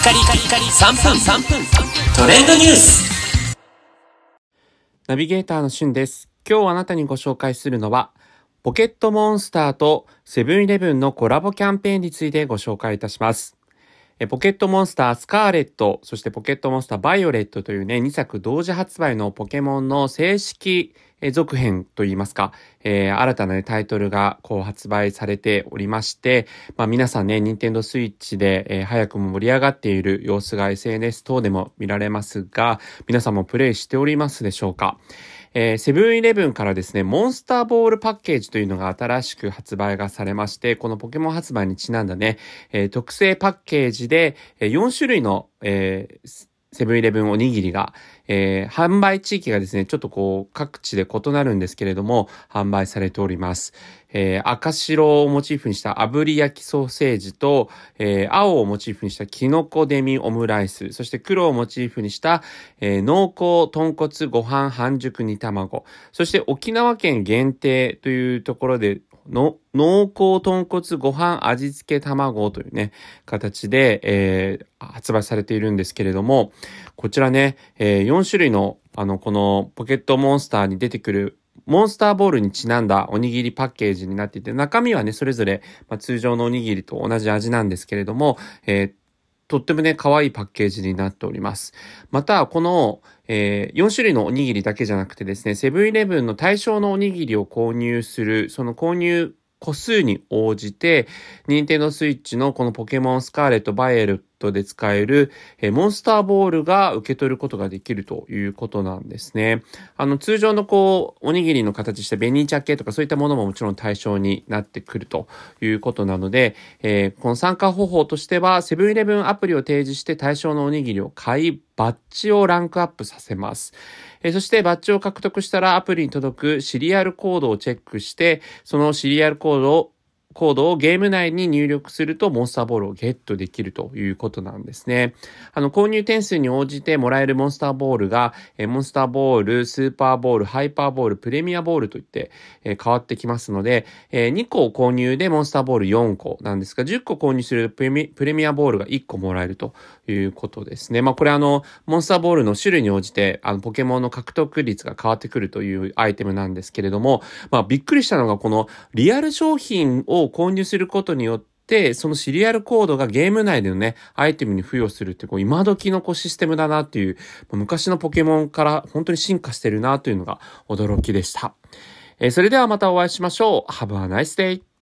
カリカリカリ3分トレンドニュース。 ナビゲーターのしゅんです。今日あなたにご紹介するのはポケットモンスターとセブンイレブンのコラボキャンペーンについてご紹介いたします。ポケットモンスタースカーレット、そしてポケットモンスターバイオレットというね、2作同時発売のポケモンの正式続編といいますか、新たな、ね、タイトルが発売されておりまして、皆さんね、任天堂スイッチで、早くも盛り上がっている様子が SNS 等でも見られますが、皆さんもプレイしておりますでしょうか。セブンイレブンからですね、モンスターボールパッケージというのが新しく発売がされまして、このポケモン発売にちなんだね、特製パッケージで、4種類の、セブンイレブンおにぎりが、販売地域がですね、ちょっと各地で異なるんですけれども、販売されております。赤白をモチーフにした炙り焼きソーセージと、青をモチーフにしたキノコデミオムライス、そして黒をモチーフにした、濃厚豚骨ご飯半熟煮卵、そして沖縄県限定というところで濃厚豚骨ご飯味付け卵というね、形で、発売されているんですけれども、こちらね、4種類のこのポケットモンスターに出てくるモンスターボールにちなんだおにぎりパッケージになっていて、中身はね、それぞれ、通常のおにぎりと同じ味なんですけれども、とってもね、可愛いパッケージになっております。また、この、4種類のおにぎりだけじゃなくてですね、セブンイレブンの対象のおにぎりを購入する、その購入個数に応じて、任天堂スイッチのこのポケモンスカーレット、バイオレットで使える、モンスターボールが受け取ることができるということなんですね。通常のおにぎりの形した紅茶系とかそういったものももちろん対象になってくるということなので、この参加方法としては、セブンイレブンアプリを提示して対象のおにぎりを買い、バッジをランクアップさせます。そしてバッジを獲得したらアプリに届くシリアルコードをチェックして、そのシリアルコードをゲーム内に入力するとモンスターボールをゲットできるということなんですね。購入点数に応じてもらえるモンスターボールが、モンスターボール、スーパーボール、ハイパーボール、プレミアボールといって、変わってきますので、2個購入でモンスターボール4個なんですが、10個購入するとプレミアボールが1個もらえるということですね。これモンスターボールの種類に応じて、ポケモンの獲得率が変わってくるというアイテムなんですけれども、びっくりしたのがこのリアル商品を購入することによって、そのシリアルコードがゲーム内でのね、アイテムに付与するって今時のシステムだなっていう、昔のポケモンから本当に進化してるなというのが驚きでした。それではまたお会いしましょう。Have a nice day!